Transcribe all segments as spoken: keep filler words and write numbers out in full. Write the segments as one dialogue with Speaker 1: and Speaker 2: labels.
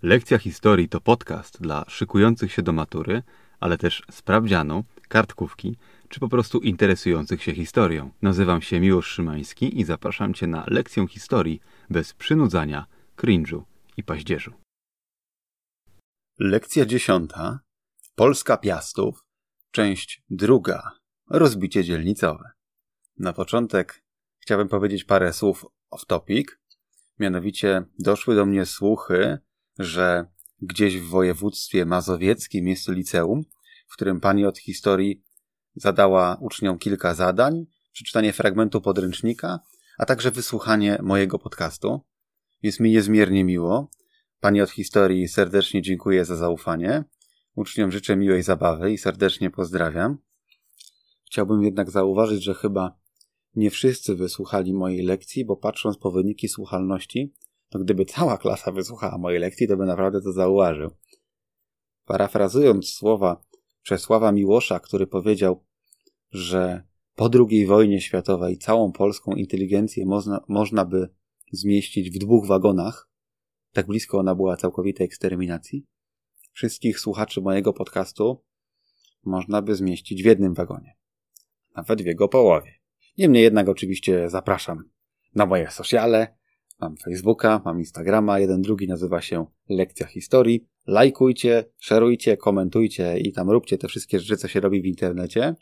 Speaker 1: Lekcja historii to podcast dla szykujących się do matury, ale też sprawdzianu, kartkówki, czy po prostu interesujących się historią. Nazywam się Miłosz Szymański i zapraszam Cię na lekcję historii bez przynudzania, cringe'u i paździerzu.
Speaker 2: Lekcja dziesiąta. Polska Piastów. Część druga. Rozbicie dzielnicowe. Na początek chciałbym powiedzieć parę słów off topic. Mianowicie doszły do mnie słuchy, że gdzieś w województwie mazowieckim jest liceum, w którym pani od historii zadała uczniom kilka zadań, przeczytanie fragmentu podręcznika, a także wysłuchanie mojego podcastu. Jest mi niezmiernie miło. Pani od historii serdecznie dziękuję za zaufanie. Uczniom życzę miłej zabawy i serdecznie pozdrawiam. Chciałbym jednak zauważyć, że chyba nie wszyscy wysłuchali mojej lekcji, bo patrząc po wyniki słuchalności, to gdyby cała klasa wysłuchała mojej lekcji, to by naprawdę to zauważył. Parafrazując słowa Czesława Miłosza, który powiedział, że po drugiej wojnie światowej całą polską inteligencję można, można by zmieścić w dwóch wagonach, tak blisko ona była całkowitej eksterminacji, wszystkich słuchaczy mojego podcastu można by zmieścić w jednym wagonie. Nawet w jego połowie. Niemniej jednak oczywiście zapraszam na moje sociale. Mam Facebooka, mam Instagrama, jeden drugi nazywa się Lekcja Historii. Lajkujcie, szerujcie, komentujcie i tam róbcie te wszystkie rzeczy, co się robi w internecie.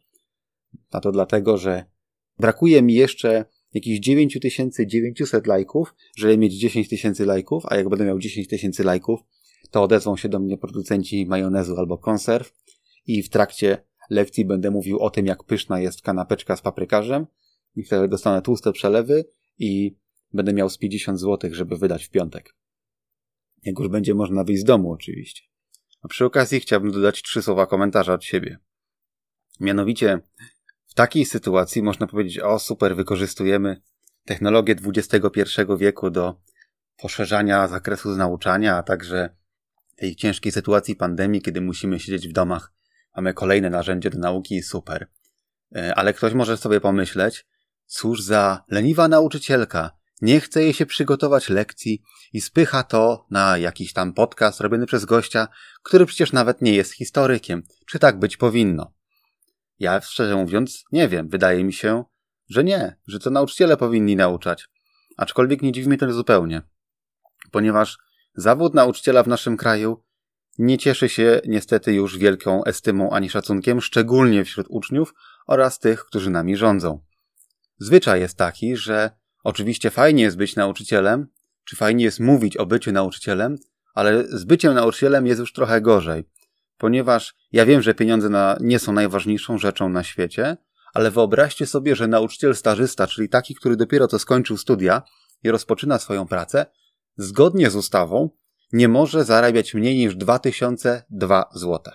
Speaker 2: A to dlatego, że brakuje mi jeszcze jakichś dziewięć tysięcy dziewięćset lajków, żeby mieć dziesięć tysięcy lajków, a jak będę miał dziesięć tysięcy lajków, to odezwą się do mnie producenci majonezu albo konserw i w trakcie lekcji będę mówił o tym, jak pyszna jest kanapeczka z paprykarzem i wtedy dostanę tłuste przelewy i będę miał z pięćdziesiąt złotych, żeby wydać w piątek. Jak już będzie można wyjść z domu oczywiście. A przy okazji chciałbym dodać trzy słowa komentarza od siebie. Mianowicie w takiej sytuacji można powiedzieć, o super, wykorzystujemy technologię dwudziestego pierwszego wieku do poszerzania zakresu nauczania, a także tej ciężkiej sytuacji pandemii, kiedy musimy siedzieć w domach, mamy kolejne narzędzie do nauki i super. Ale ktoś może sobie pomyśleć, cóż za leniwa nauczycielka, nie chce jej się przygotować lekcji i spycha to na jakiś tam podcast robiony przez gościa, który przecież nawet nie jest historykiem. Czy tak być powinno? Ja szczerze mówiąc nie wiem. Wydaje mi się, że nie, że to nauczyciele powinni nauczać. Aczkolwiek nie dziwi mnie to zupełnie. Ponieważ zawód nauczyciela w naszym kraju nie cieszy się niestety już wielką estymą ani szacunkiem, szczególnie wśród uczniów oraz tych, którzy nami rządzą. Zwyczaj jest taki, że oczywiście fajnie jest być nauczycielem, czy fajnie jest mówić o byciu nauczycielem, ale z byciem nauczycielem jest już trochę gorzej. Ponieważ ja wiem, że pieniądze na, nie są najważniejszą rzeczą na świecie, ale wyobraźcie sobie, że nauczyciel stażysta, czyli taki, który dopiero co skończył studia i rozpoczyna swoją pracę, zgodnie z ustawą nie może zarabiać mniej niż dwa tysiące dwa złote.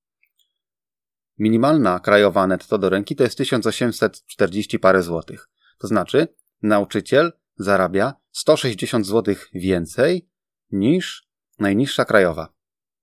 Speaker 2: Minimalna krajowa netto do ręki to jest tysiąc osiemset czterdzieści parę złotych. To znaczy nauczyciel zarabia sto sześćdziesiąt złotych więcej niż najniższa krajowa.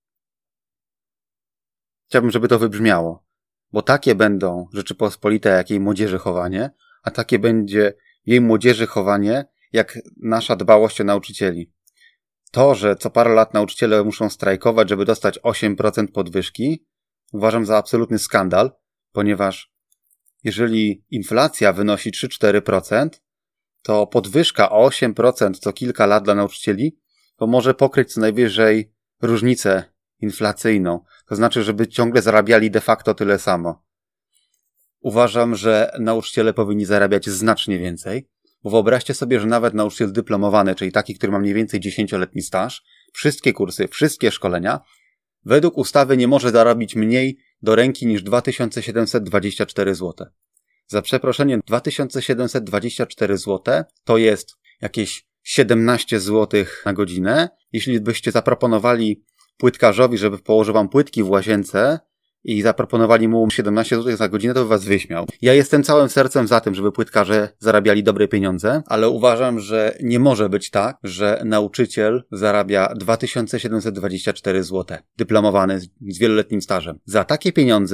Speaker 2: Chciałbym, żeby to wybrzmiało, bo takie będą Rzeczypospolita jak jej młodzieży chowanie, a takie będzie jej młodzieży chowanie jak nasza dbałość o nauczycieli. To, że co parę lat nauczyciele muszą strajkować, żeby dostać osiem procent podwyżki, uważam za absolutny skandal, ponieważ jeżeli inflacja wynosi trzy do czterech procent, to podwyżka o osiem procent co kilka lat dla nauczycieli to może pokryć co najwyżej różnicę inflacyjną. To znaczy, żeby ciągle zarabiali de facto tyle samo. Uważam, że nauczyciele powinni zarabiać znacznie więcej, bo wyobraźcie sobie, że nawet nauczyciel dyplomowany, czyli taki, który ma mniej więcej dziesięcioletni staż, wszystkie kursy, wszystkie szkolenia, według ustawy nie może zarobić mniej do ręki niż dwa tysiące siedemset dwadzieścia cztery złote. Za przeproszeniem, dwa tysiące siedemset dwadzieścia cztery złote to jest jakieś siedemnaście złotych na godzinę. Jeśli byście zaproponowali płytkarzowi, żeby położył wam płytki w łazience i zaproponowali mu siedemnaście złotych za godzinę, to by was wyśmiał. Ja jestem całym sercem za tym, żeby płytkarze zarabiali dobre pieniądze, ale uważam, że nie może być tak, że nauczyciel zarabia dwa tysiące siedemset dwadzieścia cztery złote, dyplomowany z wieloletnim stażem. Za takie pieniądze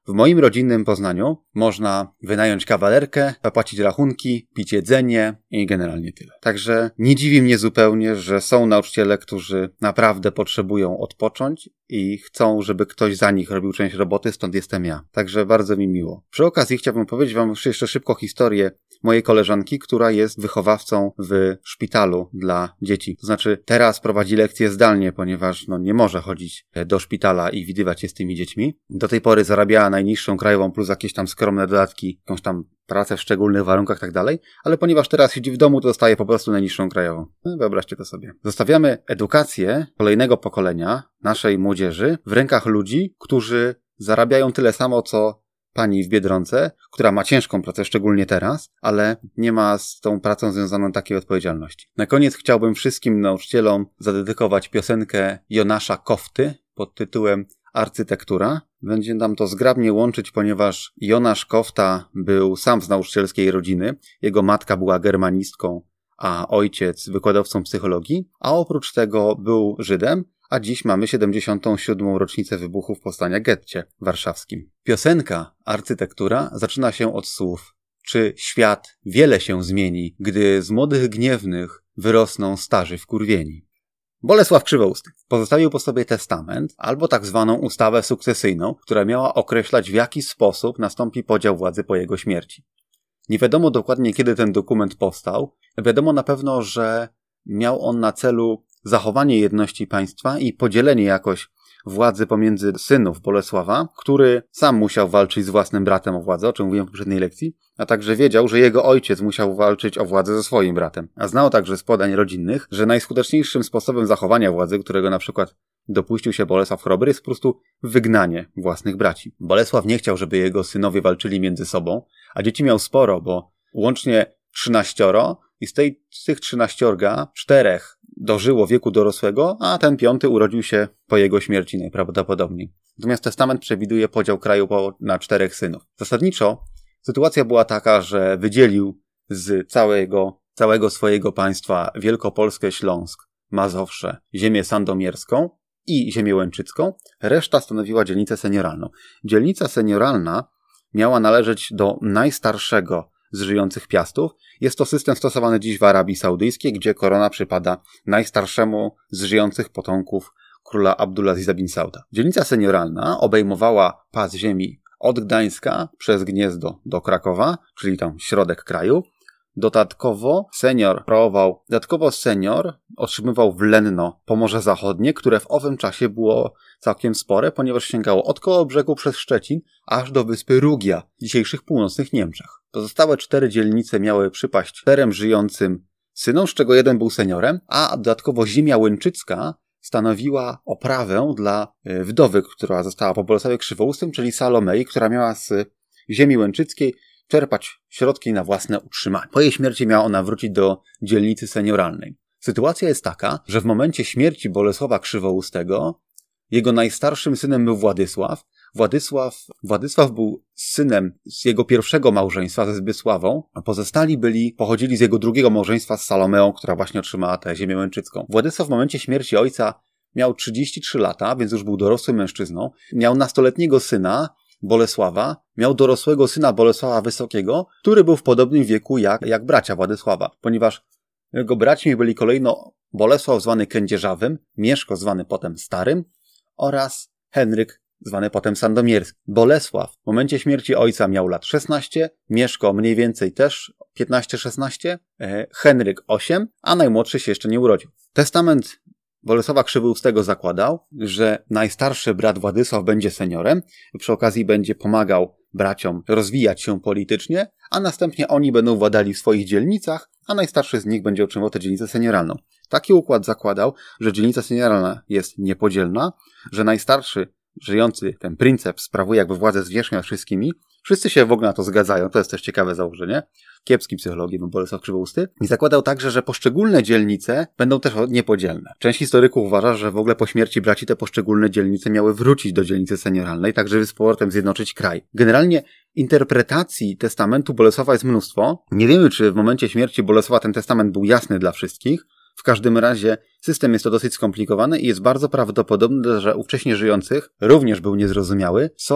Speaker 2: W moim rodzinnym Poznaniu można wynająć kawalerkę, zapłacić rachunki, pić jedzenie i generalnie tyle. Także nie dziwi mnie zupełnie, że są nauczyciele, którzy naprawdę potrzebują odpocząć i chcą, żeby ktoś za nich robił część roboty, stąd jestem ja. Także bardzo mi miło. Przy okazji chciałbym powiedzieć wam jeszcze szybko historię mojej koleżanki, która jest wychowawcą w szpitalu dla dzieci. To znaczy teraz prowadzi lekcje zdalnie, ponieważ no, nie może chodzić do szpitala i widywać się z tymi dziećmi. Do tej pory zarabiała najniższą krajową plus jakieś tam skromne dodatki, jakąś tam pracę w szczególnych warunkach i tak dalej, ale ponieważ teraz siedzi w domu, to dostaje po prostu najniższą krajową. No, wyobraźcie to sobie. Zostawiamy edukację kolejnego pokolenia, naszej młodzieży, w rękach ludzi, którzy zarabiają tyle samo, co pani w Biedronce, która ma ciężką pracę, szczególnie teraz, ale nie ma z tą pracą związaną takiej odpowiedzialności. Na koniec chciałbym wszystkim nauczycielom zadedykować piosenkę Jonasza Kofty pod tytułem Arcytektura. Będzie nam to zgrabnie łączyć, ponieważ Jonasz Kofta był sam z nauczycielskiej rodziny. Jego matka była germanistką, a ojciec wykładowcą psychologii, a oprócz tego był Żydem, a dziś mamy siedemdziesiątą siódmą rocznicę wybuchów powstania w getcie warszawskim. Piosenka Arcytektura zaczyna się od słów: czy świat wiele się zmieni, gdy z młodych gniewnych wyrosną starzy wkurwieni. Bolesław Krzywousty pozostawił po sobie testament albo tak zwaną ustawę sukcesyjną, która miała określać, w jaki sposób nastąpi podział władzy po jego śmierci. Nie wiadomo dokładnie, kiedy ten dokument powstał. Wiadomo na pewno, że miał on na celu zachowanie jedności państwa i podzielenie jakoś władzy pomiędzy synów Bolesława, który sam musiał walczyć z własnym bratem o władzę, o czym mówiłem w poprzedniej lekcji, a także wiedział, że jego ojciec musiał walczyć o władzę ze swoim bratem. A znał także z podań rodzinnych, że najskuteczniejszym sposobem zachowania władzy, którego na przykład dopuścił się Bolesław Chrobry, jest po prostu wygnanie własnych braci. Bolesław nie chciał, żeby jego synowie walczyli między sobą, a dzieci miał sporo, bo łącznie trzynaścioro i z, tej, z tych trzynaściorga czterech dożyło wieku dorosłego, a ten piąty urodził się po jego śmierci najprawdopodobniej. Natomiast testament przewiduje podział kraju po, na czterech synów. Zasadniczo sytuacja była taka, że wydzielił z całego, całego swojego państwa Wielkopolskę, Śląsk, Mazowsze, ziemię sandomierską i ziemię łęczycką. Reszta stanowiła dzielnicę senioralną. Dzielnica senioralna miała należeć do najstarszego z żyjących piastów. Jest to system stosowany dziś w Arabii Saudyjskiej, gdzie korona przypada najstarszemu z żyjących potomków króla Abdulaziza bin Sauda. Dzielnica senioralna obejmowała pas ziemi od Gdańska przez Gniezno do Krakowa, czyli tam środek kraju. Dodatkowo senior prawował, dodatkowo senior otrzymywał w Lenno Pomorze Zachodnie, które w owym czasie było całkiem spore, ponieważ sięgało od Kołobrzegu przez Szczecin aż do wyspy Rugia w dzisiejszych północnych Niemczech. Pozostałe cztery dzielnice miały przypaść czterem żyjącym synom, z czego jeden był seniorem, a dodatkowo ziemia łęczycka stanowiła oprawę dla wdowy, która została po Bolesławie Krzywoustym, czyli Salomei, która miała z ziemi łęczyckiej czerpać środki na własne utrzymanie. Po jej śmierci miała ona wrócić do dzielnicy senioralnej. Sytuacja jest taka, że w momencie śmierci Bolesława Krzywoustego jego najstarszym synem był Władysław. Władysław, Władysław był synem z jego pierwszego małżeństwa ze Zbysławą, a pozostali byli, pochodzili z jego drugiego małżeństwa z Salomeą, która właśnie otrzymała tę ziemię łęczycką. Władysław w momencie śmierci ojca miał trzydzieści trzy lata, więc już był dorosłym mężczyzną. Miał nastoletniego syna, Bolesława, miał dorosłego syna Bolesława Wysokiego, który był w podobnym wieku jak, jak bracia Władysława, ponieważ jego braćmi byli kolejno Bolesław zwany Kędzierzawym, Mieszko zwany potem Starym oraz Henryk zwany potem Sandomierski. Bolesław w momencie śmierci ojca miał lat szesnaście, Mieszko mniej więcej też piętnaście szesnaście, e, Henryk osiem, a najmłodszy się jeszcze nie urodził. Testament Bolesława Krzywoustego zakładał, że najstarszy brat Władysław będzie seniorem i przy okazji będzie pomagał braciom rozwijać się politycznie, a następnie oni będą władali w swoich dzielnicach, a najstarszy z nich będzie otrzymywał tę dzielnicę senioralną. Taki układ zakładał, że dzielnica senioralna jest niepodzielna, że najstarszy żyjący ten prynceps sprawuje jakby władzę zwierzchnią nad wszystkimi. Wszyscy się w ogóle na to zgadzają, to jest też ciekawe założenie. Kiepski psychologii był Bolesław Krzywousty. I zakładał także, że poszczególne dzielnice będą też niepodzielne. Część historyków uważa, że w ogóle po śmierci braci te poszczególne dzielnice miały wrócić do dzielnicy senioralnej, tak żeby z powrotem zjednoczyć kraj. Generalnie interpretacji testamentu Bolesława jest mnóstwo. Nie wiemy, czy w momencie śmierci Bolesława ten testament był jasny dla wszystkich. W każdym razie system jest to dosyć skomplikowany i jest bardzo prawdopodobne, że u wcześniej żyjących również był niezrozumiały, co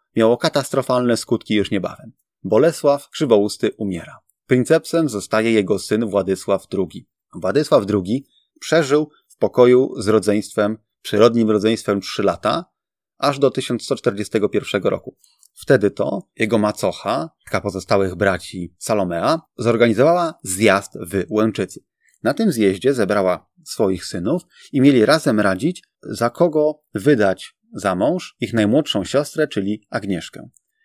Speaker 2: miało katastrofalne skutki już niebawem. Bolesław Krzywousty umiera. Princepsem zostaje jego syn Władysław drugi. Władysław drugi przeżył w pokoju z rodzeństwem, przyrodnim rodzeństwem trzy lata, aż do tysiąc sto czterdziestego pierwszego roku. Wtedy to jego macocha, taka pozostałych braci Salomea, zorganizowała zjazd w Łęczycy. Na tym zjeździe zebrała swoich synów i mieli razem radzić, za kogo wydać za mąż ich najmłodszą siostrę, czyli Agnieszkę.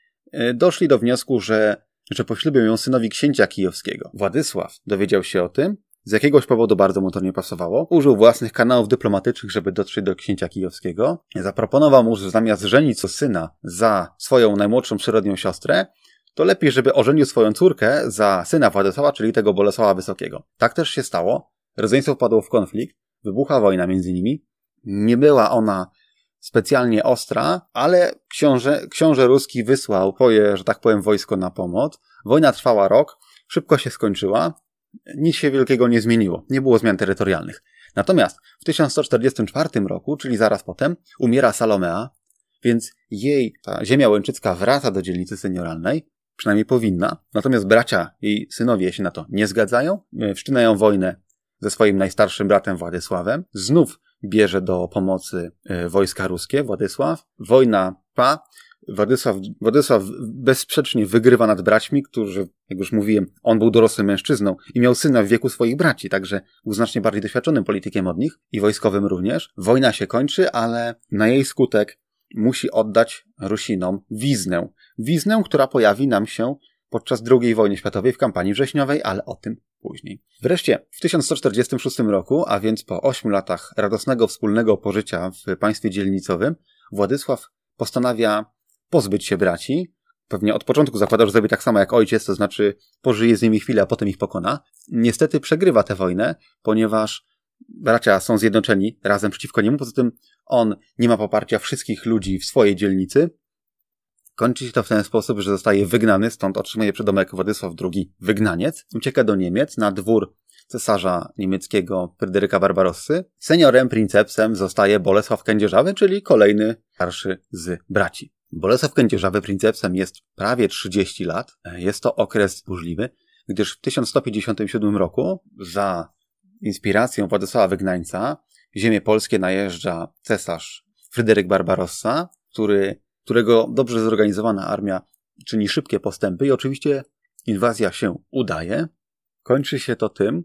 Speaker 2: Doszli do wniosku, że, że poślubią ją synowi księcia kijowskiego. Władysław dowiedział się o tym, z jakiegoś powodu bardzo mu to nie pasowało. Użył własnych kanałów dyplomatycznych, żeby dotrzeć do księcia kijowskiego. Zaproponował mu, że zamiast żenić syna za swoją najmłodszą przyrodnią siostrę, to lepiej, żeby ożenił swoją córkę za syna Władysława, czyli tego Bolesława Wysokiego. Tak też się stało. Rodzeństwo wpadło w konflikt. Wybuchła wojna między nimi. Nie była ona specjalnie ostra, ale książę, książę ruski wysłał swoje, że tak powiem, wojsko na pomoc. Wojna trwała rok. Szybko się skończyła. Nic się wielkiego nie zmieniło. Nie było zmian terytorialnych. Natomiast w tysiąc sto czterdziestym czwartym roku, czyli zaraz potem, umiera Salomea, więc jej ta ziemia łęczycka wraca do dzielnicy senioralnej, przynajmniej powinna. Natomiast bracia, jej synowie się na to nie zgadzają. Wszczynają wojnę ze swoim najstarszym bratem Władysławem. Znów bierze do pomocy wojska ruskie Władysław. Wojna trwa. Władysław, Władysław bezsprzecznie wygrywa nad braćmi, którzy, jak już mówiłem, on był dorosłym mężczyzną i miał syna w wieku swoich braci, także był znacznie bardziej doświadczonym politykiem od nich i wojskowym również. Wojna się kończy, ale na jej skutek musi oddać Rusinom Wiznę. Wiznę, która pojawi nam się podczas drugiej wojny światowej w kampanii wrześniowej, ale o tym później. Wreszcie w tysiąc sto czterdziestym szóstym roku, a więc po ośmiu latach radosnego wspólnego pożycia w państwie dzielnicowym, Władysław postanawia pozbyć się braci. Pewnie od początku zakładał, że zrobi tak samo jak ojciec, to znaczy pożyje z nimi chwilę, a potem ich pokona. Niestety przegrywa tę wojnę, ponieważ bracia są zjednoczeni razem przeciwko niemu. Poza tym on nie ma poparcia wszystkich ludzi w swojej dzielnicy. Kończy się to w ten sposób, że zostaje wygnany, stąd otrzymuje przydomek Władysław drugi wygnaniec. Ucieka do Niemiec na dwór cesarza niemieckiego Fryderyka Barbarossy. Seniorem, princepsem zostaje Bolesław Kędzierzawy, czyli kolejny starszy z braci. Bolesław Kędzierzawy princepsem jest prawie trzydzieści lat. Jest to okres burzliwy, gdyż w tysiąc sto pięćdziesiątym siódmym roku za inspiracją Władysława Wygnańca ziemię polskie najeżdża cesarz Fryderyk Barbarossa, który, którego dobrze zorganizowana armia czyni szybkie postępy i oczywiście inwazja się udaje. Kończy się to tym,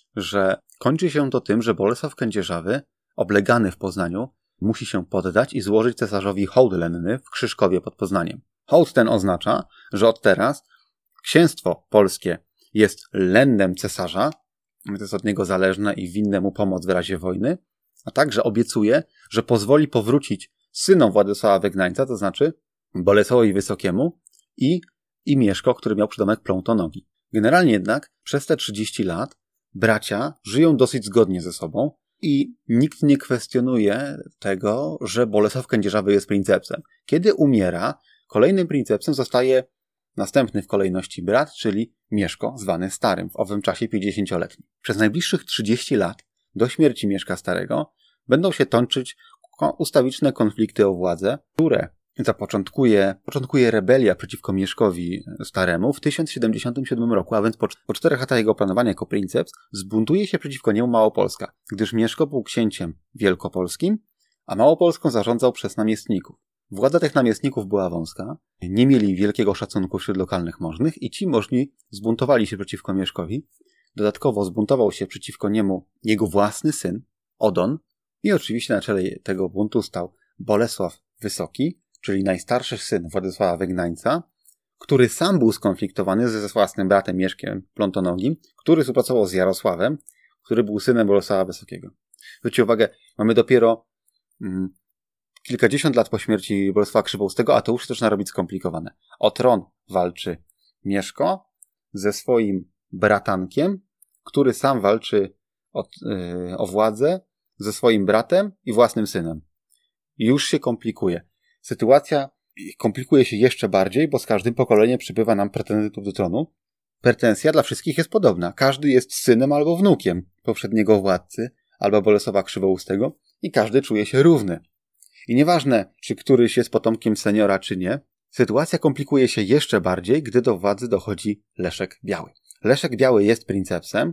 Speaker 2: że kończy się to tym, że Bolesław Kędzierzawy, oblegany w Poznaniu, musi się poddać i złożyć cesarzowi hołd lenny w Krzyżkowie pod Poznaniem. Hołd ten oznacza, że od teraz księstwo polskie jest lennem cesarza, to jest od niego zależne i winne mu pomoc w razie wojny, a także obiecuje, że pozwoli powrócić synom Władysława Wygnańca, to znaczy Bolesławowi Wysokiemu i, i Mieszko, który miał przydomek Plątonogi. Generalnie jednak przez te trzydzieści lat bracia żyją dosyć zgodnie ze sobą i nikt nie kwestionuje tego, że Bolesław Kędzierzawy jest princepsem. Kiedy umiera, kolejnym princepsem zostaje następny w kolejności brat, czyli Mieszko, zwany Starym, w owym czasie pięćdziesięcioletni. Przez najbliższych trzydzieści lat do śmierci Mieszka Starego będą się toczyć ustawiczne konflikty o władzę, które zapoczątkuje początkuje rebelia przeciwko Mieszkowi Staremu w tysiąc siedemdziesiątym siódmym roku, a więc po, po czterech latach jego planowania jako princeps zbuntuje się przeciwko niemu Małopolska, gdyż Mieszko był księciem wielkopolskim, a Małopolską zarządzał przez namiestników. Władza tych namiestników była wąska, nie mieli wielkiego szacunku wśród lokalnych możnych i ci możni zbuntowali się przeciwko Mieszkowi. Dodatkowo zbuntował się przeciwko niemu jego własny syn, Odon, i oczywiście na czele tego buntu stał Bolesław Wysoki, czyli najstarszy syn Władysława Wygnańca, który sam był skonfliktowany ze własnym bratem Mieszkiem Plątonogim, który współpracował z Jarosławem, który był synem Bolesława Wysokiego. Zwróćcie uwagę, mamy dopiero mm, kilkadziesiąt lat po śmierci Bolesława Krzywoustego, a to już się zaczyna robić skomplikowane. O tron walczy Mieszko ze swoim bratankiem, który sam walczy o, yy, o władzę ze swoim bratem i własnym synem. I już się komplikuje. Sytuacja komplikuje się jeszcze bardziej, bo z każdym pokoleniem przybywa nam pretendentów do tronu. Pretensja dla wszystkich jest podobna. Każdy jest synem albo wnukiem poprzedniego władcy, albo Bolesława Krzywoustego i każdy czuje się równy. I nieważne, czy któryś jest potomkiem seniora, czy nie, Sytuacja komplikuje się jeszcze bardziej, gdy do władzy dochodzi Leszek Biały. Leszek Biały jest princepsem,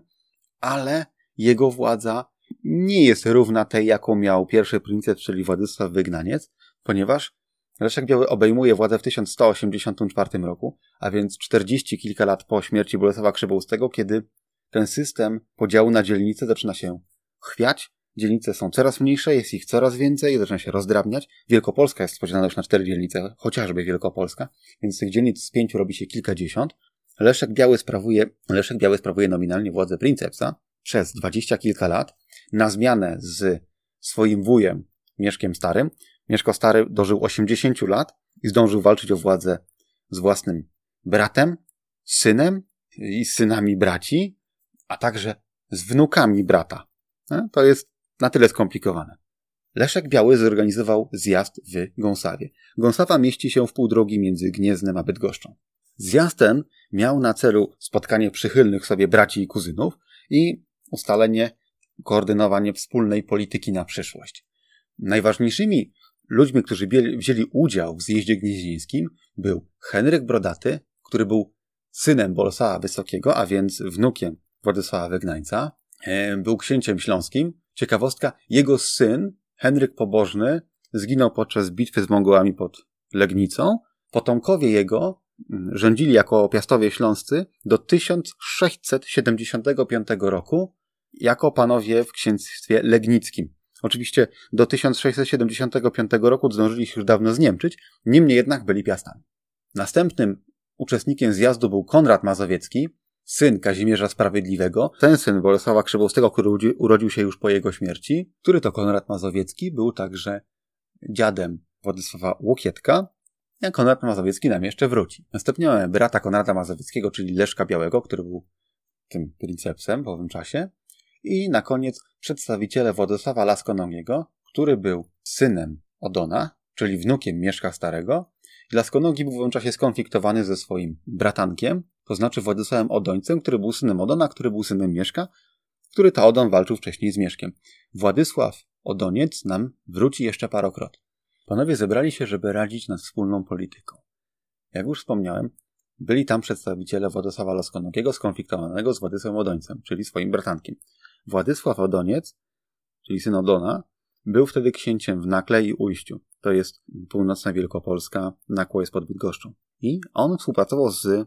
Speaker 2: ale jego władza nie jest równa tej, jaką miał pierwszy princeps, czyli Władysław Wygnaniec, ponieważ Leszek Biały obejmuje władzę w tysiąc sto osiemdziesiątym czwartym roku, a więc czterdzieści kilka lat po śmierci Bolesława Krzywoustego, kiedy ten system podziału na dzielnice zaczyna się chwiać, dzielnice są coraz mniejsze, jest ich coraz więcej, zaczyna się rozdrabniać. Wielkopolska jest podzielona już na cztery dzielnice, chociażby Wielkopolska, więc tych dzielnic z pięciu robi się kilkadziesiąt. Leszek Biały sprawuje, Leszek Biały sprawuje nominalnie władzę princepsa przez dwadzieścia kilka lat, na zmianę z swoim wujem Mieszkiem Starym. Mieszko Stary dożył osiemdziesięciu lat i zdążył walczyć o władzę z własnym bratem, synem i z synami braci, a także z wnukami brata. To jest na tyle skomplikowane. Leszek Biały zorganizował zjazd w Gąsawie. Gąsawa mieści się w pół drogi między Gnieznem a Bydgoszczą. Zjazd ten miał na celu spotkanie przychylnych sobie braci i kuzynów i ustalenie, koordynowanie wspólnej polityki na przyszłość. Najważniejszymi ludźmi, którzy wzięli udział w zjeździe gnieźnieńskim, był Henryk Brodaty, który był synem Bolesława Wysokiego, a więc wnukiem Władysława Wygnańca. Był księciem śląskim. Ciekawostka, jego syn, Henryk Pobożny, zginął podczas bitwy z Mongołami pod Legnicą. Potomkowie jego rządzili jako piastowie śląscy do tysiąc sześćset siedemdziesiątego piątego roku jako panowie w księstwie legnickim. Oczywiście do tysiąc sześćset siedemdziesiątego piątego roku zdążyli się już dawno zniemczyć, niemniej jednak byli piastami. Następnym uczestnikiem zjazdu był Konrad Mazowiecki, syn Kazimierza Sprawiedliwego, ten syn Bolesława Krzywoustego, który urodził się już po jego śmierci, który to Konrad Mazowiecki był także dziadem Władysława Łokietka, a Konrad Mazowiecki nam jeszcze wróci. Następnie mamy brata Konrada Mazowieckiego, czyli Leszka Białego, który był tym princepsem w owym czasie. I na koniec przedstawiciele Władysława Laskonogiego, który był synem Odona, czyli wnukiem Mieszka Starego. Laskonogi był w owym czasie skonfliktowany ze swoim bratankiem, to znaczy Władysławem Odońcem, który był synem Odona, który był synem Mieszka, który to Odon walczył wcześniej z Mieszkiem. Władysław Odoniec nam wróci jeszcze parokrotnie. Panowie zebrali się, żeby radzić nad wspólną polityką. Jak już wspomniałem, byli tam przedstawiciele Władysława Laskonogiego skonfliktowanego z Władysławem Odońcem, czyli swoim bratankiem. Władysław Odoniec, czyli syn Odona, był wtedy księciem w Nakle i Ujściu. To jest północna Wielkopolska, Nakło jest pod Bydgoszczą. I on współpracował z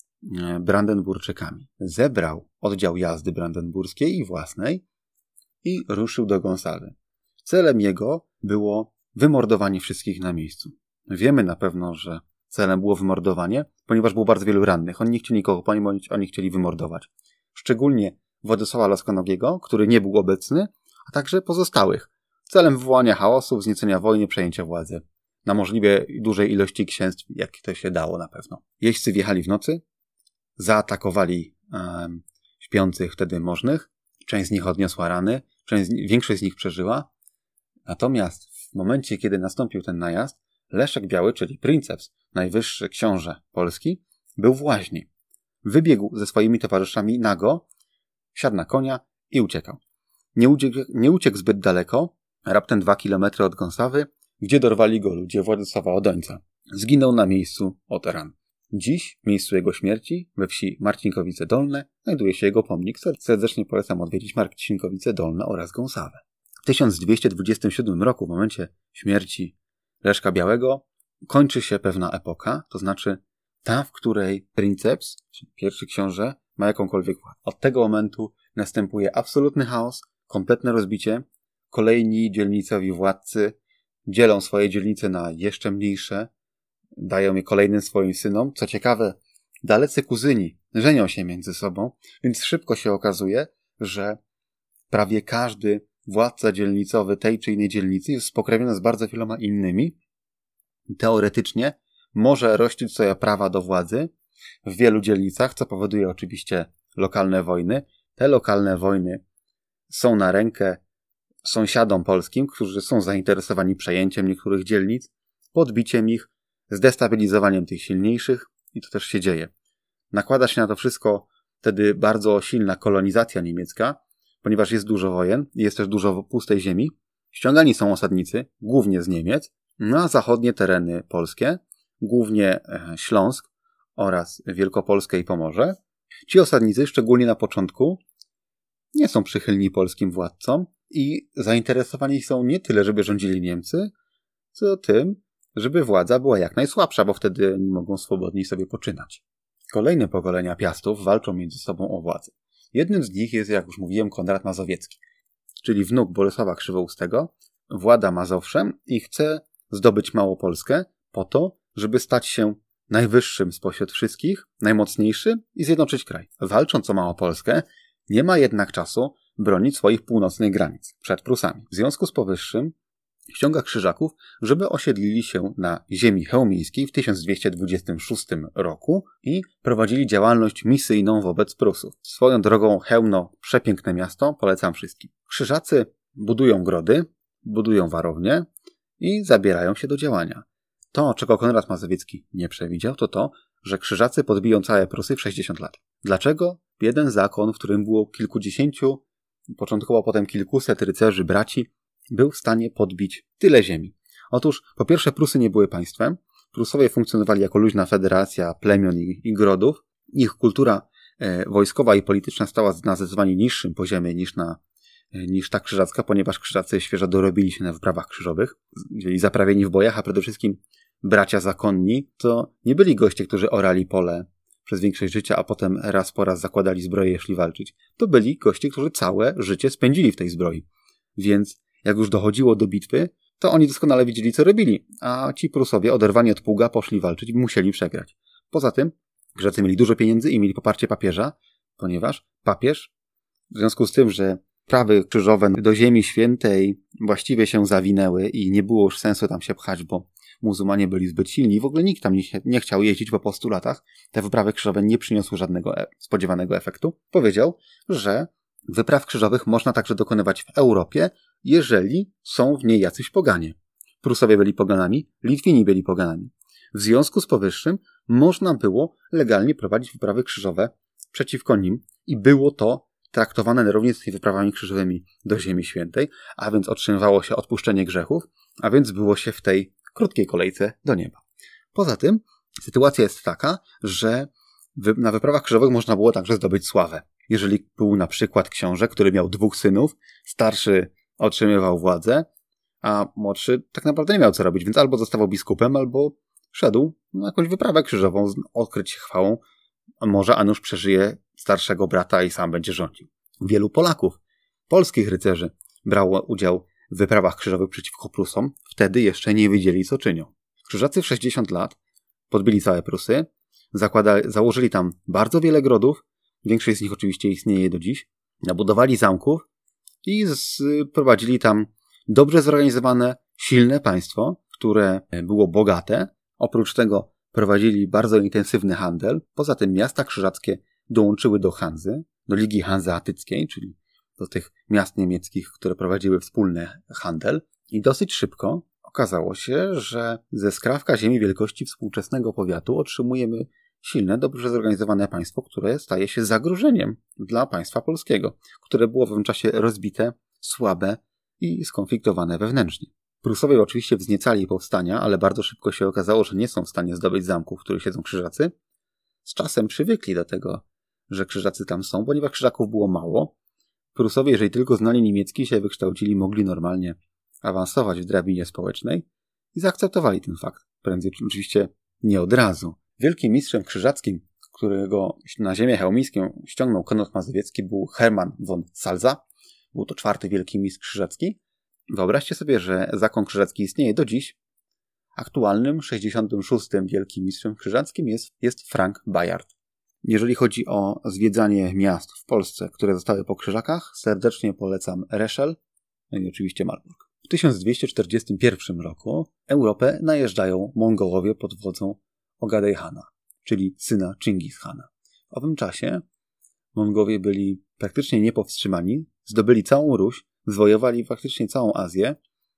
Speaker 2: Brandenburczykami. Zebrał oddział jazdy brandenburskiej i własnej i ruszył do Gąsawy. Celem jego było wymordowanie wszystkich na miejscu. Wiemy na pewno, że celem było wymordowanie, ponieważ było bardzo wielu rannych. Oni nie chcieli nikogo ponić, oni chcieli wymordować. Szczególnie Władysława Laskonogiego, który nie był obecny, a także pozostałych. Celem wywołania chaosu, wzniecenia wojny, przejęcia władzy. Na możliwie dużej ilości księstw, jak to się dało na pewno. Jeźdźcy wjechali w nocy, zaatakowali um, śpiących wtedy możnych. Część z nich odniosła rany, część z nich, większość z nich przeżyła. Natomiast w momencie, kiedy nastąpił ten najazd, Leszek Biały, czyli princeps, najwyższy książę Polski, był w łaźni. Wybiegł ze swoimi towarzyszami nago, siadł na konia i uciekał. Nie uciekł, nie uciekł zbyt daleko, raptem dwa kilometry od Gąsawy, gdzie dorwali go ludzie Władysława Odońca. Zginął na miejscu od ran. Dziś, w miejscu jego śmierci, we wsi Marcinkowice Dolne, znajduje się jego pomnik. Serdecznie polecam odwiedzić Marcinkowice Dolne oraz Gąsawę. W tysiąc dwieście dwudziestym siódmym roku, w momencie śmierci Leszka Białego, kończy się pewna epoka, to znaczy ta, w której princeps, pierwszy książę, ma jakąkolwiek władzę. Od tego momentu następuje absolutny chaos, kompletne rozbicie. Kolejni dzielnicowi władcy dzielą swoje dzielnice na jeszcze mniejsze, dają je kolejnym swoim synom. Co ciekawe, dalecy kuzyni żenią się między sobą, więc szybko się okazuje, że prawie każdy władca dzielnicowy tej czy innej dzielnicy jest spokrewniony z bardzo wieloma innymi. Teoretycznie może rościć sobie prawa do władzy w wielu dzielnicach, co powoduje oczywiście lokalne wojny. Te lokalne wojny są na rękę sąsiadom polskim, którzy są zainteresowani przejęciem niektórych dzielnic, podbiciem ich, zdestabilizowaniem tych silniejszych i to też się dzieje. Nakłada się na to wszystko wtedy bardzo silna kolonizacja niemiecka, ponieważ jest dużo wojen i jest też dużo pustej ziemi. Ściągani są osadnicy, głównie z Niemiec, na zachodnie tereny polskie, głównie Śląsk oraz Wielkopolskę i Pomorze. Ci osadnicy, szczególnie na początku, nie są przychylni polskim władcom i zainteresowani są nie tyle, żeby rządzili Niemcy, co tym, żeby władza była jak najsłabsza, bo wtedy nie mogą swobodniej sobie poczynać. Kolejne pokolenia Piastów walczą między sobą o władzę. Jednym z nich jest, jak już mówiłem, Konrad Mazowiecki, czyli wnuk Bolesława Krzywoustego, włada Mazowszem i chce zdobyć Małopolskę po to, żeby stać się najwyższym spośród wszystkich, najmocniejszy i zjednoczyć kraj. Walcząc o Małopolskę, nie ma jednak czasu bronić swoich północnych granic przed Prusami. W związku z powyższym ściąga Krzyżaków, żeby osiedlili się na ziemi chełmińskiej w tysiąc dwieście dwudziestym szóstym roku i prowadzili działalność misyjną wobec Prusów. Swoją drogą Chełmno, przepiękne miasto, polecam wszystkim. Krzyżacy budują grody, budują warownie i zabierają się do działania. To, czego Konrad Mazowiecki nie przewidział, to to, że Krzyżacy podbiją całe Prusy w sześćdziesiąt lat. Dlaczego? Jeden zakon, w którym było kilkudziesięciu, początkowo potem kilkuset rycerzy, braci, był w stanie podbić tyle ziemi. Otóż, po pierwsze, Prusy nie były państwem. Prusowie funkcjonowali jako luźna federacja plemion i, i grodów. Ich kultura e, wojskowa i polityczna stała na zdecydowanie niższym poziomie niż, na, e, niż ta krzyżacka, ponieważ krzyżacy świeżo dorobili się na wyprawach krzyżowych, byli zaprawieni w bojach, a przede wszystkim bracia zakonni to nie byli goście, którzy orali pole przez większość życia, a potem raz po raz zakładali zbroję i szli walczyć. To byli goście, którzy całe życie spędzili w tej zbroi. Więc jak już dochodziło do bitwy, to oni doskonale wiedzieli, co robili, a ci Prusowie, oderwani od pługa, poszli walczyć i musieli przegrać. Poza tym, Krzyżacy mieli dużo pieniędzy i mieli poparcie papieża, ponieważ papież, w związku z tym, że prawy krzyżowe do Ziemi Świętej właściwie się zawinęły i nie było już sensu tam się pchać, bo muzułmanie byli zbyt silni i w ogóle nikt tam nie, nie chciał jeździć po postulatach, te wyprawy krzyżowe nie przyniosły żadnego e- spodziewanego efektu, powiedział, że wypraw krzyżowych można także dokonywać w Europie, jeżeli są w niej jacyś poganie. Prusowie byli poganami, Litwini byli poganami. W związku z powyższym można było legalnie prowadzić wyprawy krzyżowe przeciwko nim i było to traktowane na równi z tymi wyprawami krzyżowymi do Ziemi Świętej, a więc otrzymywało się odpuszczenie grzechów, a więc było się w tej krótkiej kolejce do nieba. Poza tym sytuacja jest taka, że na wyprawach krzyżowych można było także zdobyć sławę. Jeżeli był na przykład książę, który miał dwóch synów, starszy otrzymywał władzę, a młodszy tak naprawdę nie miał co robić, więc albo zostawał biskupem, albo szedł na jakąś wyprawę krzyżową, odkryć się chwałą, a może a nuż przeżyje starszego brata i sam będzie rządził. Wielu Polaków, polskich rycerzy brało udział w wyprawach krzyżowych przeciwko Prusom, wtedy jeszcze nie wiedzieli, co czynią. Krzyżacy w sześćdziesiąt lat podbili całe Prusy, zakładali, założyli tam bardzo wiele grodów, większość z nich oczywiście istnieje do dziś, nabudowali zamków i prowadzili tam dobrze zorganizowane, silne państwo, które było bogate. Oprócz tego prowadzili bardzo intensywny handel. Poza tym miasta krzyżackie dołączyły do Hanzy, do Ligi Hanzeatyckiej, czyli do tych miast niemieckich, które prowadziły wspólny handel. I dosyć szybko okazało się, że ze skrawka ziemi wielkości współczesnego powiatu otrzymujemy silne, dobrze zorganizowane państwo, które staje się zagrożeniem dla państwa polskiego, które było w owym czasie rozbite, słabe i skonfliktowane wewnętrznie. Prusowie oczywiście wzniecali powstania, ale bardzo szybko się okazało, że nie są w stanie zdobyć zamków, w których siedzą krzyżacy. Z czasem przywykli do tego, że krzyżacy tam są, ponieważ krzyżaków było mało. Prusowie, jeżeli tylko znali niemiecki, się wykształcili, mogli normalnie awansować w drabinie społecznej i zaakceptowali ten fakt. Prędzej oczywiście nie od razu. Wielkim mistrzem krzyżackim, którego na ziemię chełmińską ściągnął Konrad Mazowiecki, był Hermann von Salza. Był to czwarty wielki mistrz krzyżacki. Wyobraźcie sobie, że zakon krzyżacki istnieje do dziś. Aktualnym sześćdziesiątym szóstym wielkim mistrzem krzyżackim jest, jest Frank Bayard. Jeżeli chodzi o zwiedzanie miast w Polsce, które zostały po krzyżakach, serdecznie polecam Reszel, no i oczywiście Marburg. W tysiąc dwieście czterdziestym pierwszym roku Europę najeżdżają Mongołowie pod wodzą Ogadej Hana, czyli syna Chingis Hana. W owym czasie Mongowie byli praktycznie niepowstrzymani, zdobyli całą Ruś, zwojowali faktycznie całą Azję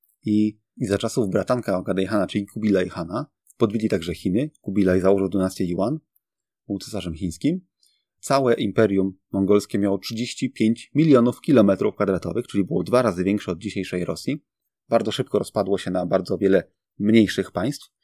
Speaker 2: i, i za czasów bratanka Ogadej Hana, czyli Kubilaj Hana, podbili także Chiny. Kubilaj założył dynastię Yuan, był cesarzem chińskim. Całe imperium mongolskie miało trzydzieści pięć milionów kilometrów kwadratowych, czyli było dwa razy większe od dzisiejszej Rosji. Bardzo szybko rozpadło się na bardzo wiele mniejszych państw.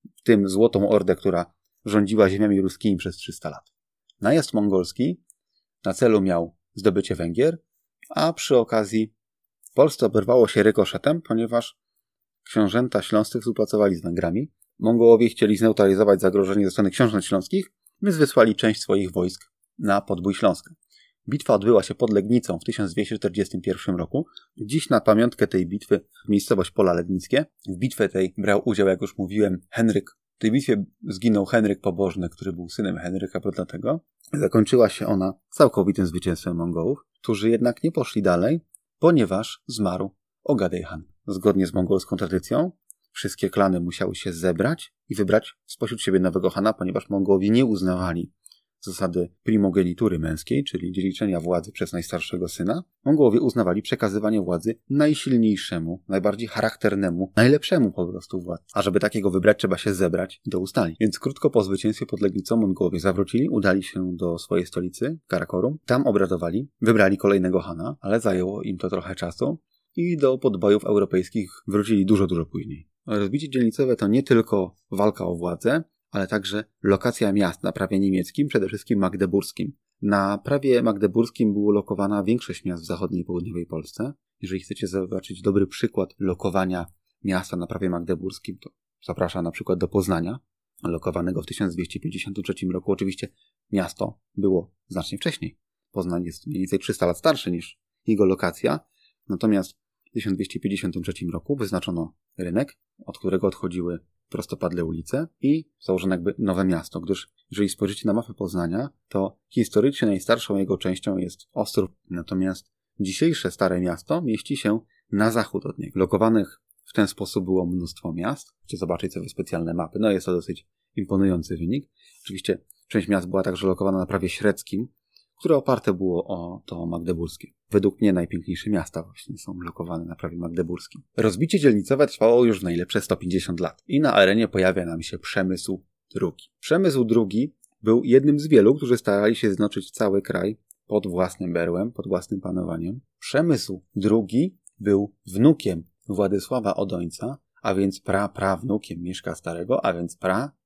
Speaker 2: w tym Złotą Ordę, która rządziła ziemiami ruskimi przez trzysta lat. Najazd mongolski na celu miał zdobycie Węgier, a przy okazji Polsce oberwało się rykoszetem, ponieważ książęta śląscy współpracowali z Węgrami. Mongołowie chcieli zneutralizować zagrożenie ze strony książąt śląskich, więc wysłali część swoich wojsk na podbój Śląska. Bitwa odbyła się pod Legnicą w tysiąc dwieście czterdziestym pierwszym roku. Dziś na pamiątkę tej bitwy miejscowość Pola Legnickie. W bitwie tej brał udział, jak już mówiłem, Henryk. W tej bitwie zginął Henryk Pobożny, który był synem Henryka Brodnatego. Zakończyła się ona całkowitym zwycięstwem Mongołów, którzy jednak nie poszli dalej, ponieważ zmarł Ogadej Han. Zgodnie z mongolską tradycją wszystkie klany musiały się zebrać i wybrać spośród siebie nowego Hana, ponieważ Mongołowie nie uznawali zasady primogenitury męskiej, czyli dziedziczenia władzy przez najstarszego syna. Mongołowie uznawali przekazywanie władzy najsilniejszemu, najbardziej charakternemu, najlepszemu po prostu władcy. A żeby takiego wybrać, trzeba się zebrać do ustali. Więc krótko po zwycięstwie pod Legnicą Mongołowie zawrócili, udali się do swojej stolicy, Karakorum. Tam obradowali, wybrali kolejnego Hana, ale zajęło im to trochę czasu i do podbojów europejskich wrócili dużo, dużo później. Rozbicie dzielnicowe to nie tylko walka o władzę, ale także lokacja miast na prawie niemieckim, przede wszystkim magdeburskim. Na prawie magdeburskim było lokowana większość miast w zachodniej i południowej Polsce. Jeżeli chcecie zobaczyć dobry przykład lokowania miasta na prawie magdeburskim, to zapraszam na przykład do Poznania, lokowanego w tysiąc dwieście pięćdziesiątym trzecim roku. Oczywiście miasto było znacznie wcześniej. Poznań jest mniej więcej trzysta lat starszy niż jego lokacja. Natomiast w tysiąc dwieście pięćdziesiątym trzecim roku wyznaczono rynek, od którego odchodziły prostopadle ulice i założono jakby nowe miasto, gdyż jeżeli spojrzycie na mapę Poznania, to historycznie najstarszą jego częścią jest Ostrów, natomiast dzisiejsze Stare Miasto mieści się na zachód od niego. Lokowanych w ten sposób było mnóstwo miast. Chcecie zobaczyć sobie specjalne mapy. No jest to dosyć imponujący wynik. Oczywiście część miast była także lokowana na prawie średzkim, które oparte było o to magdeburskie. Według mnie najpiękniejsze miasta właśnie są lokowane na prawie magdeburskim. Rozbicie dzielnicowe trwało już w najlepsze sto pięćdziesiąt lat i na arenie pojawia nam się Przemysł drugi. Przemysł drugi był jednym z wielu, którzy starali się zjednoczyć cały kraj pod własnym berłem, pod własnym panowaniem. Przemysł drugi był wnukiem Władysława Odońca, a więc pra-prawnukiem Mieszka Starego, a więc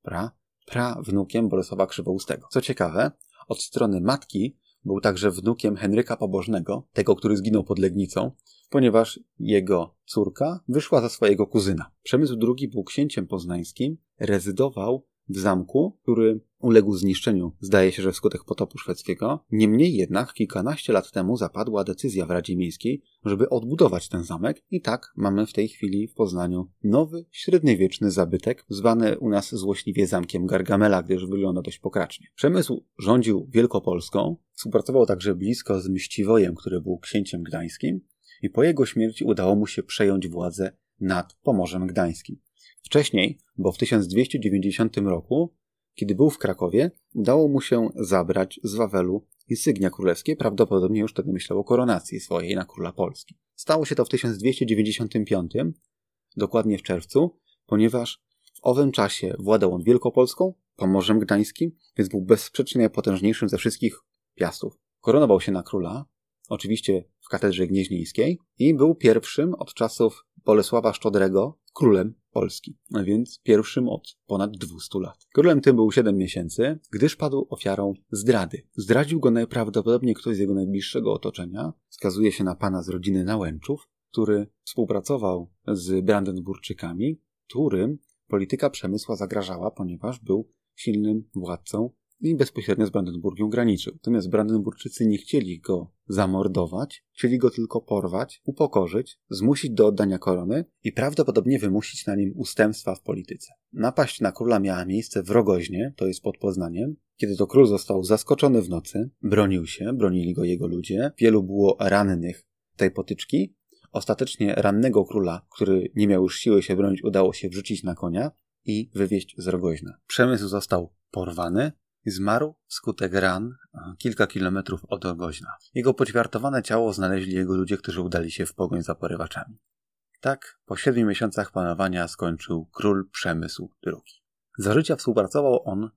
Speaker 2: pra-pra-prawnukiem Bolesława Krzywoustego. Co ciekawe, od strony matki był także wnukiem Henryka Pobożnego, tego, który zginął pod Legnicą, ponieważ jego córka wyszła za swojego kuzyna. Przemysł drugi był księciem poznańskim, rezydował w zamku, który uległ zniszczeniu, zdaje się, że wskutek potopu szwedzkiego. Niemniej jednak kilkanaście lat temu zapadła decyzja w Radzie Miejskiej, żeby odbudować ten zamek i tak mamy w tej chwili w Poznaniu nowy, średniowieczny zabytek, zwany u nas złośliwie zamkiem Gargamela, gdyż wygląda dość pokracznie. Przemysł rządził Wielkopolską, współpracował także blisko z Mściwojem, który był księciem gdańskim i po jego śmierci udało mu się przejąć władzę nad Pomorzem Gdańskim. Wcześniej, bo w tysiąc dwieście dziewięćdziesiątym roku, kiedy był w Krakowie, udało mu się zabrać z Wawelu insygnia królewskie, prawdopodobnie już wtedy myślał o koronacji swojej na króla Polski. Stało się to w tysiąc dwieście dziewięćdziesiątym piątym, dokładnie w czerwcu, ponieważ w owym czasie władał on Wielkopolską, Pomorzem Gdańskim, więc był bezsprzecznie najpotężniejszym ze wszystkich piastów. Koronował się na króla, oczywiście w katedrze gnieźnieńskiej i był pierwszym od czasów Bolesława Szczodrego królem Polski, a więc pierwszym od ponad dwustu lat. Królem tym był siedem miesięcy, gdyż padł ofiarą zdrady. Zdradził go najprawdopodobniej ktoś z jego najbliższego otoczenia. Wskazuje się na pana z rodziny Nałęczów, który współpracował z Brandenburczykami, którym polityka Przemysła zagrażała, ponieważ był silnym władcą i bezpośrednio z Brandenburgią graniczył. Natomiast Brandenburczycy nie chcieli go zamordować, chcieli go tylko porwać, upokorzyć, zmusić do oddania korony i prawdopodobnie wymusić na nim ustępstwa w polityce. Napaść na króla miała miejsce w Rogoźnie, to jest pod Poznaniem, kiedy to król został zaskoczony w nocy, bronił się, bronili go jego ludzie, wielu było rannych tej potyczki. Ostatecznie rannego króla, który nie miał już siły się bronić, udało się wrzucić na konia i wywieźć z Rogoźna. Przemysł został porwany, zmarł wskutek ran kilka kilometrów od Rogoźna. Jego poćwiartowane ciało znaleźli jego ludzie, którzy udali się w pogoń za porywaczami. Tak, po siedmiu miesiącach panowania skończył król Przemysł drugi. Za życia współpracował on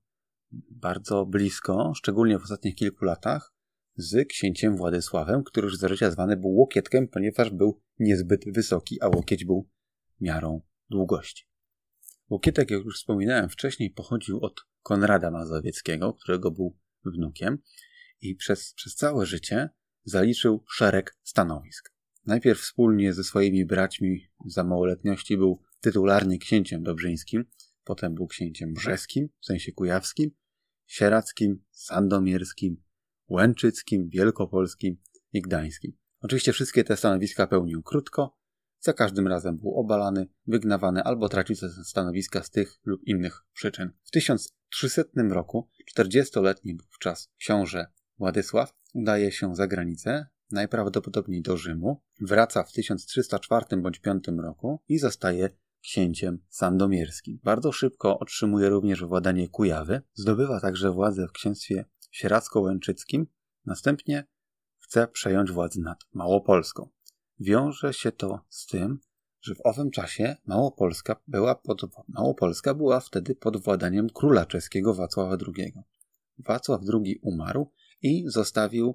Speaker 2: bardzo blisko, szczególnie w ostatnich kilku latach, z księciem Władysławem, który już za życia zwany był Łokietkiem, ponieważ był niezbyt wysoki, a łokieć był miarą długości. Łokietek, jak już wspominałem wcześniej, pochodził od Konrada Mazowieckiego, którego był wnukiem i przez, przez całe życie zaliczył szereg stanowisk. Najpierw wspólnie ze swoimi braćmi za małoletności był tytularnie księciem dobrzyńskim, potem był księciem brzeskim, w sensie kujawskim, sieradzkim, sandomierskim, łęczyckim, wielkopolskim i gdańskim. Oczywiście wszystkie te stanowiska pełnił krótko, za każdym razem był obalany, wygnawany albo tracił te stanowiska z tych lub innych przyczyn. W tysiąc trzysetnym roku czterdziestoletni wówczas książę Władysław udaje się za granicę, najprawdopodobniej do Rzymu, wraca w tysiąc trzysta czwartym bądź piątym roku i zostaje księciem sandomierskim. Bardzo szybko otrzymuje również władanie Kujawy, zdobywa także władzę w księstwie sieradzko-łęczyckim, następnie chce przejąć władzę nad Małopolską. Wiąże się to z tym, że w owym czasie Małopolska była, pod, Małopolska była wtedy pod władaniem króla czeskiego Wacława drugiego. Wacław drugi umarł i zostawił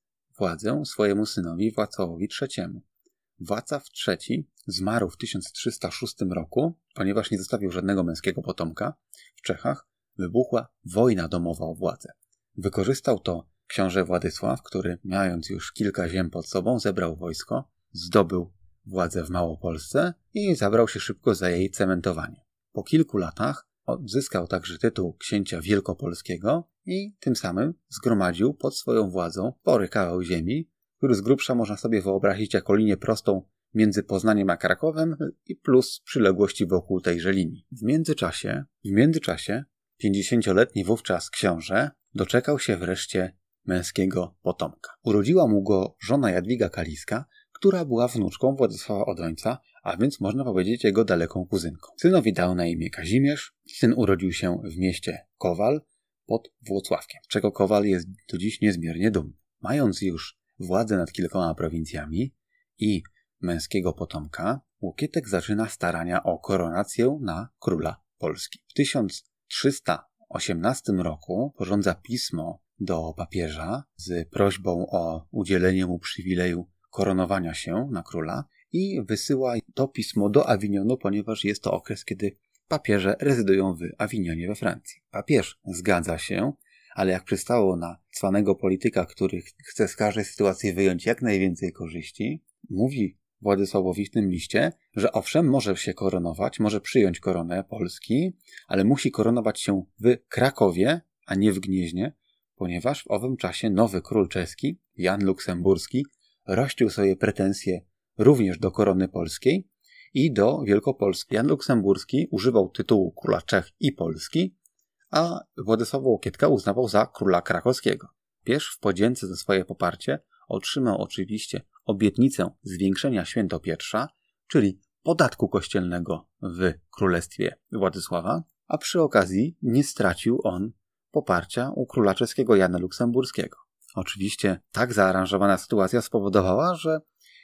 Speaker 2: władzę swojemu synowi Wacławowi trzeciemu. Wacław trzeci zmarł w tysiąc trzysta szóstym roku, ponieważ nie zostawił żadnego męskiego potomka. W Czechach wybuchła wojna domowa o władzę. Wykorzystał to książę Władysław, który, mając już kilka ziem pod sobą, zebrał wojsko, zdobył władzę w Małopolsce i zabrał się szybko za jej cementowanie. Po kilku latach odzyskał także tytuł księcia wielkopolskiego i tym samym zgromadził pod swoją władzą spory kawał ziemi, który z grubsza można sobie wyobrazić jako linię prostą między Poznaniem a Krakowem i plus przyległości wokół tejże linii. W międzyczasie, w międzyczasie pięćdziesięcioletni wówczas książę doczekał się wreszcie męskiego potomka. Urodziła mu go żona Jadwiga Kaliska, która była wnuczką Władysława Odońca, a więc można powiedzieć jego daleką kuzynką. Synowi dał na imię Kazimierz. Syn urodził się w mieście Kowal pod Włocławkiem, czego Kowal jest do dziś niezmiernie dumny. Mając już władzę nad kilkoma prowincjami i męskiego potomka, Łokietek zaczyna starania o koronację na króla Polski. W tysiąc trzysta osiemnastym roku porządza pismo do papieża z prośbą o udzielenie mu przywileju koronowania się na króla i wysyła to pismo do Awinionu, ponieważ jest to okres, kiedy papieże rezydują w Awinionie we Francji. Papież zgadza się, ale jak przystało na cwanego polityka, który chce z każdej sytuacji wyjąć jak najwięcej korzyści, mówi Władysławowi w tym liście, że owszem, może się koronować, może przyjąć koronę Polski, ale musi koronować się w Krakowie, a nie w Gnieźnie, ponieważ w owym czasie nowy król czeski, Jan Luksemburski, rościł sobie pretensje również do korony polskiej i do Wielkopolski. Jan Luksemburski używał tytułu króla Czech i Polski, a Władysława Łokietka uznawał za króla krakowskiego. Papież w podzięce za swoje poparcie otrzymał oczywiście obietnicę zwiększenia świętopietrza, czyli podatku kościelnego w królestwie Władysława, a przy okazji nie stracił on poparcia u króla czeskiego Jana Luksemburskiego. Oczywiście tak zaaranżowana sytuacja spowodowała, że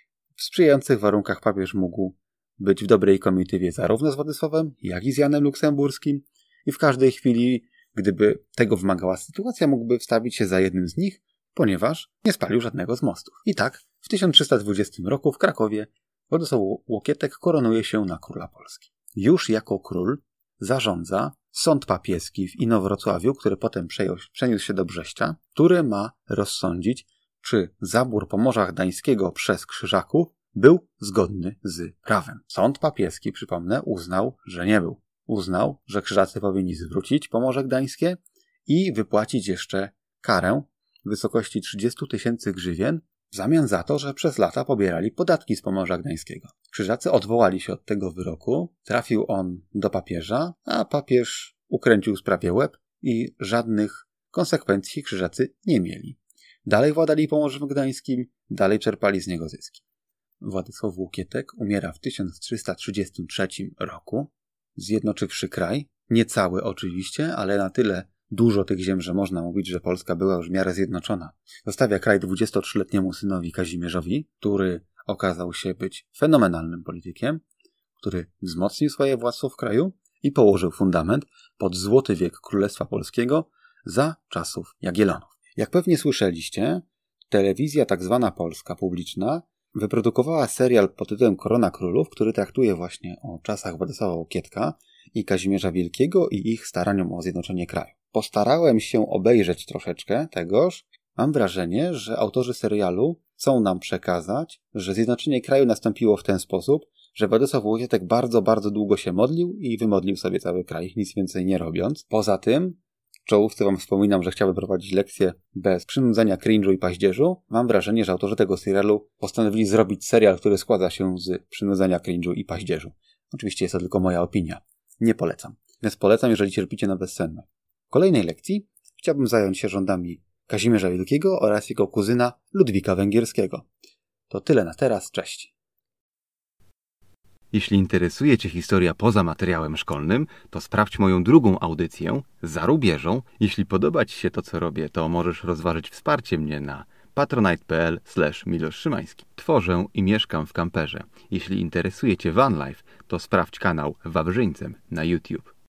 Speaker 2: w sprzyjających warunkach papież mógł być w dobrej komitywie zarówno z Władysławem, jak i z Janem Luksemburskim i w każdej chwili, gdyby tego wymagała sytuacja, mógłby wstawić się za jednym z nich, ponieważ nie spalił żadnego z mostów. I tak w tysiąc trzysta dwudziestym roku w Krakowie Władysław Łokietek koronuje się na króla Polski. Już jako król zarządza sąd papieski w Inowrocławiu, który potem przejął, przeniósł się do Brześcia, który ma rozsądzić, czy zabór Pomorza Gdańskiego przez Krzyżaków był zgodny z prawem. Sąd papieski, przypomnę, uznał, że nie był. Uznał, że Krzyżacy powinni zwrócić Pomorze Gdańskie i wypłacić jeszcze karę w wysokości trzydzieści tysięcy grzywien w zamian za to, że przez lata pobierali podatki z Pomorza Gdańskiego. Krzyżacy odwołali się od tego wyroku, trafił on do papieża, a papież ukręcił sprawie łeb i żadnych konsekwencji Krzyżacy nie mieli. Dalej władali Pomorzem Gdańskim, dalej czerpali z niego zyski. Władysław Łokietek umiera w tysiąc trzysta trzydziestym trzecim roku, zjednoczywszy kraj, nie cały oczywiście, ale na tyle dużo tych ziem, że można mówić, że Polska była już w miarę zjednoczona. Zostawia kraj dwudziestotrzyletniemu synowi Kazimierzowi, który okazał się być fenomenalnym politykiem, który wzmocnił swoje władztwo w kraju i położył fundament pod złoty wiek Królestwa Polskiego za czasów Jagiellonów. Jak pewnie słyszeliście, telewizja tak zwana polska publiczna wyprodukowała serial pod tytułem Korona Królów, który traktuje właśnie o czasach Władysława Łokietka i Kazimierza Wielkiego i ich staraniom o zjednoczenie kraju. Postarałem się obejrzeć troszeczkę tegoż. Mam wrażenie, że autorzy serialu chcą nam przekazać, że zjednoczenie kraju nastąpiło w ten sposób, że Władysław Łokietek bardzo, bardzo długo się modlił i wymodlił sobie cały kraj, nic więcej nie robiąc. Poza tym, w czołówce wam wspominam, że chciałbym prowadzić lekcje bez przynudzania, cringe'u i paździerzu. Mam wrażenie, że autorzy tego serialu postanowili zrobić serial, który składa się z przynudzania, cringe'u i paździerzu. Oczywiście jest to tylko moja opinia. Nie polecam. Więc polecam, jeżeli cierpicie na bezsenne. W kolejnej lekcji chciałbym zająć się rządami Kazimierza Wielkiego oraz jego kuzyna Ludwika Węgierskiego. To tyle na teraz. Cześć.
Speaker 1: Jeśli interesuje Cię historia poza materiałem szkolnym, to sprawdź moją drugą audycję Za rubieżą. Jeśli podoba Ci się to, co robię, to możesz rozważyć wsparcie mnie na patronite.pl slash Milosz Szymański. Tworzę i mieszkam w kamperze. Jeśli interesuje Cię van life, to sprawdź kanał Wawrzyńcem na YouTube.